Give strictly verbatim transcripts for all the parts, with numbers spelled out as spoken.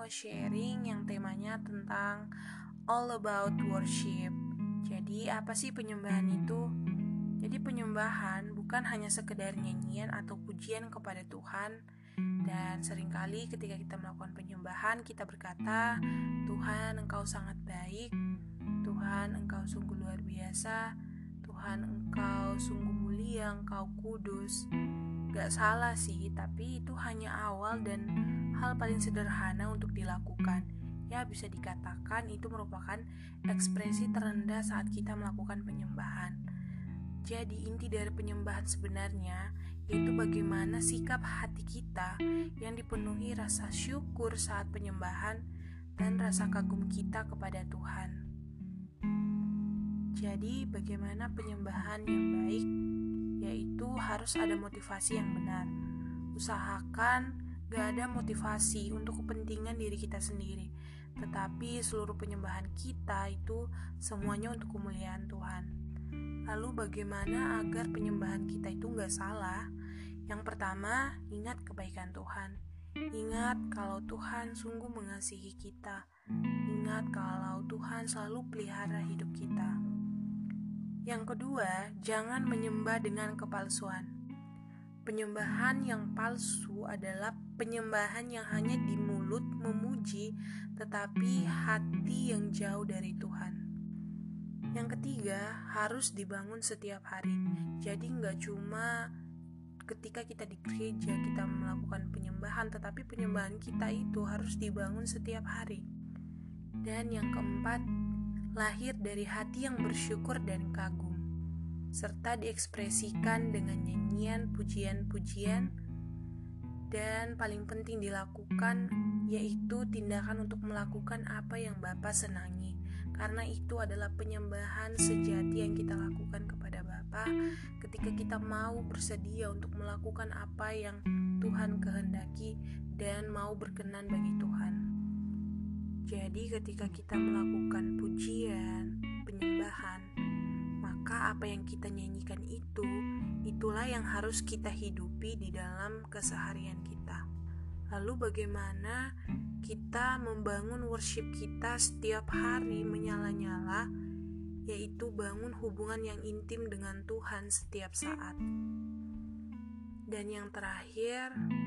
mau sharing yang temanya tentang all about worship. Jadi apa sih penyembahan itu? Jadi penyembahan bukan hanya sekedar nyanyian atau pujian kepada Tuhan. Dan seringkali ketika kita melakukan penyembahan, kita berkata, Tuhan Engkau sangat baik, Tuhan Engkau sungguh luar biasa, Tuhan Engkau sungguh mulia, Engkau kudus. Gak salah sih, tapi itu hanya awal dan hal paling sederhana untuk dilakukan. Ya, bisa dikatakan itu merupakan ekspresi terendah saat kita melakukan penyembahan. Jadi inti dari penyembahan sebenarnya yaitu bagaimana sikap hati kita yang dipenuhi rasa syukur saat penyembahan dan rasa kagum kita kepada Tuhan. Jadi bagaimana penyembahan yang baik? Yaitu harus ada motivasi yang benar. Usahakan gak ada motivasi untuk kepentingan diri kita sendiri, tetapi seluruh penyembahan kita itu semuanya untuk kemuliaan Tuhan. Lalu bagaimana agar penyembahan kita itu gak salah? Yang pertama, ingat kebaikan Tuhan. Ingat kalau Tuhan sungguh mengasihi kita. Ingat kalau Tuhan selalu pelihara hidup kita. Yang kedua, jangan menyembah dengan kepalsuan. Penyembahan yang palsu adalah penyembahan yang hanya di mulut memuji, tetapi hati yang jauh dari Tuhan. Yang ketiga, harus dibangun setiap hari. Jadi nggak cuma ketika kita di gereja kita melakukan penyembahan, tetapi penyembahan kita itu harus dibangun setiap hari. Dan yang keempat, lahir dari hati yang bersyukur dan kagum, serta diekspresikan dengan nyanyian, pujian-pujian, dan paling penting dilakukan yaitu tindakan untuk melakukan apa yang Bapa senangi, karena itu adalah penyembahan sejati yang kita lakukan kepada Bapa ketika kita mau bersedia untuk melakukan apa yang Tuhan kehendaki dan mau berkenan bagi Tuhan. Jadi ketika kita melakukan pujian, penyembahan, maka apa yang kita nyanyikan itu, itulah yang harus kita hidupi di dalam keseharian kita. Lalu bagaimana kita membangun worship kita setiap hari menyala-nyala, yaitu bangun hubungan yang intim dengan Tuhan setiap saat. Dan yang terakhir,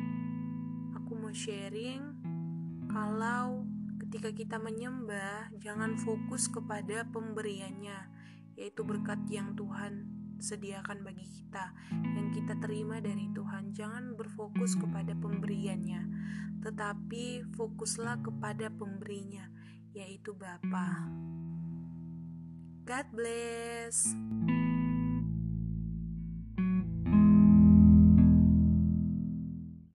aku mau sharing kalau ketika kita menyembah, jangan fokus kepada pemberiannya, yaitu berkat yang Tuhan sediakan bagi kita, yang kita terima dari Tuhan. Jangan berfokus kepada pemberiannya, tetapi fokuslah kepada pemberinya, yaitu Bapa. God bless.